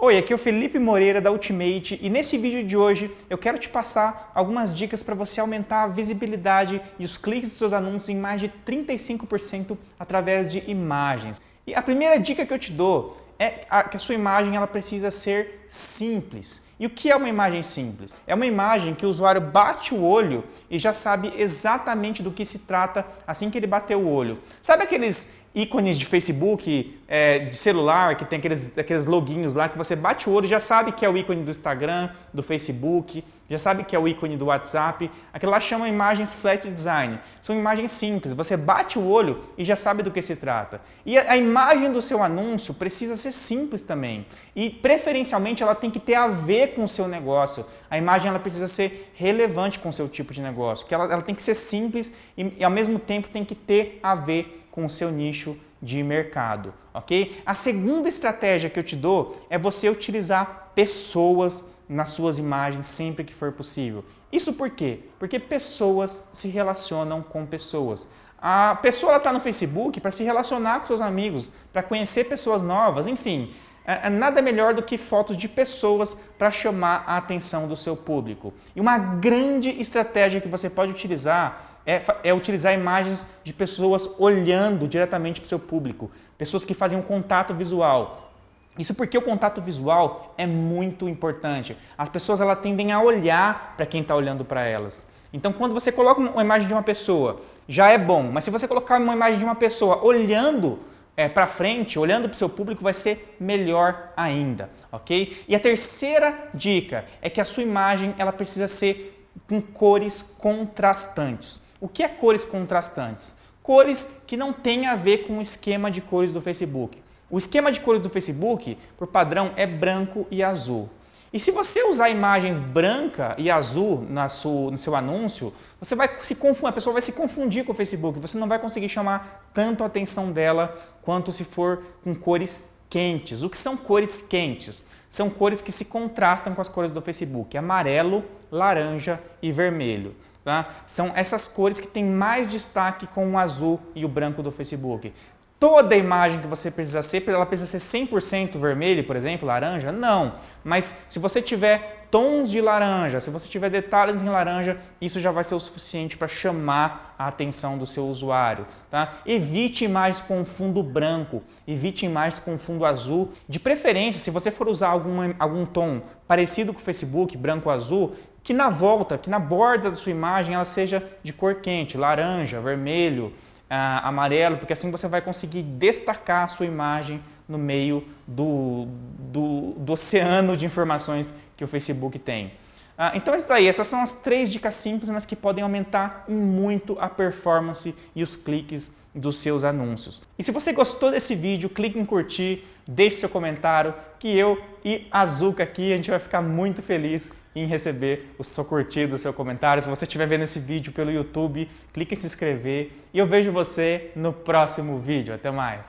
Oi, aqui é o Felipe Moreira da Ultimate e nesse vídeo de hoje eu quero te passar algumas dicas para você aumentar a visibilidade e os cliques dos seus anúncios em mais de 35% através de imagens. E a primeira dica que eu te dou é que a sua imagem ela precisa ser simples. E o que é uma imagem simples? É uma imagem que o usuário bate o olho e já sabe exatamente do que se trata assim que ele bater o olho. Sabe aqueles ícones de Facebook, de celular, que tem aqueles loginhos lá que você bate o olho e já sabe que é o ícone do Instagram, do Facebook, já sabe que é o ícone do WhatsApp. Aquilo lá chama imagens flat design. São imagens simples, você bate o olho e já sabe do que se trata. E a imagem do seu anúncio precisa ser simples também. E preferencialmente ela tem que ter a ver com o seu negócio. A imagem ela precisa ser relevante com o seu tipo de negócio, que ela tem que ser simples e ao mesmo tempo tem que ter a ver com o seu nicho de mercado, ok? A segunda estratégia que eu te dou é você utilizar pessoas nas suas imagens sempre que for possível. Isso por quê? Porque pessoas se relacionam com pessoas. A pessoa está no Facebook para se relacionar com seus amigos, para conhecer pessoas novas, enfim. Nada melhor do que fotos de pessoas para chamar a atenção do seu público. E uma grande estratégia que você pode utilizar é utilizar imagens de pessoas olhando diretamente para o seu público, pessoas que fazem um contato visual. Isso porque o contato visual é muito importante. As pessoas elas tendem a olhar para quem está olhando para elas. Então, quando você coloca uma imagem de uma pessoa, já é bom. Mas se você colocar uma imagem de uma pessoa olhando para frente, olhando para o seu público, vai ser melhor ainda, ok? E a terceira dica é que a sua imagem ela precisa ser com cores contrastantes. O que é cores contrastantes? Cores que não têm a ver com o esquema de cores do Facebook. O esquema de cores do Facebook, por padrão, é branco e azul. E se você usar imagens branca e azul no seu anúncio, você vai se confundir, a pessoa vai se confundir com o Facebook. Você não vai conseguir chamar tanto a atenção dela quanto se for com cores quentes. O que são cores quentes? São cores que se contrastam com as cores do Facebook. Amarelo, laranja e vermelho. Tá? São essas cores que têm mais destaque com o azul e o branco do Facebook. Toda imagem que você precisa ser, ela precisa ser 100% vermelho, por exemplo, laranja? Não. Mas se você tiver tons de laranja, se você tiver detalhes em laranja, isso já vai ser o suficiente para chamar a atenção do seu usuário. Tá? Evite imagens com fundo branco, evite imagens com fundo azul. De preferência, se você for usar algum tom parecido com o Facebook, branco ou azul, que na volta, que na borda da sua imagem ela seja de cor quente, laranja, vermelho, amarelo, porque assim você vai conseguir destacar a sua imagem no meio do oceano de informações que o Facebook tem. Então essas são as 3 dicas simples, mas que podem aumentar muito a performance e os cliques dos seus anúncios. E se você gostou desse vídeo, clique em curtir, deixe seu comentário, que eu e a Zuca aqui, a gente vai ficar muito feliz em receber o seu curtido, o seu comentário. Se você estiver vendo esse vídeo pelo YouTube, clique em se inscrever e eu vejo você no próximo vídeo. Até mais!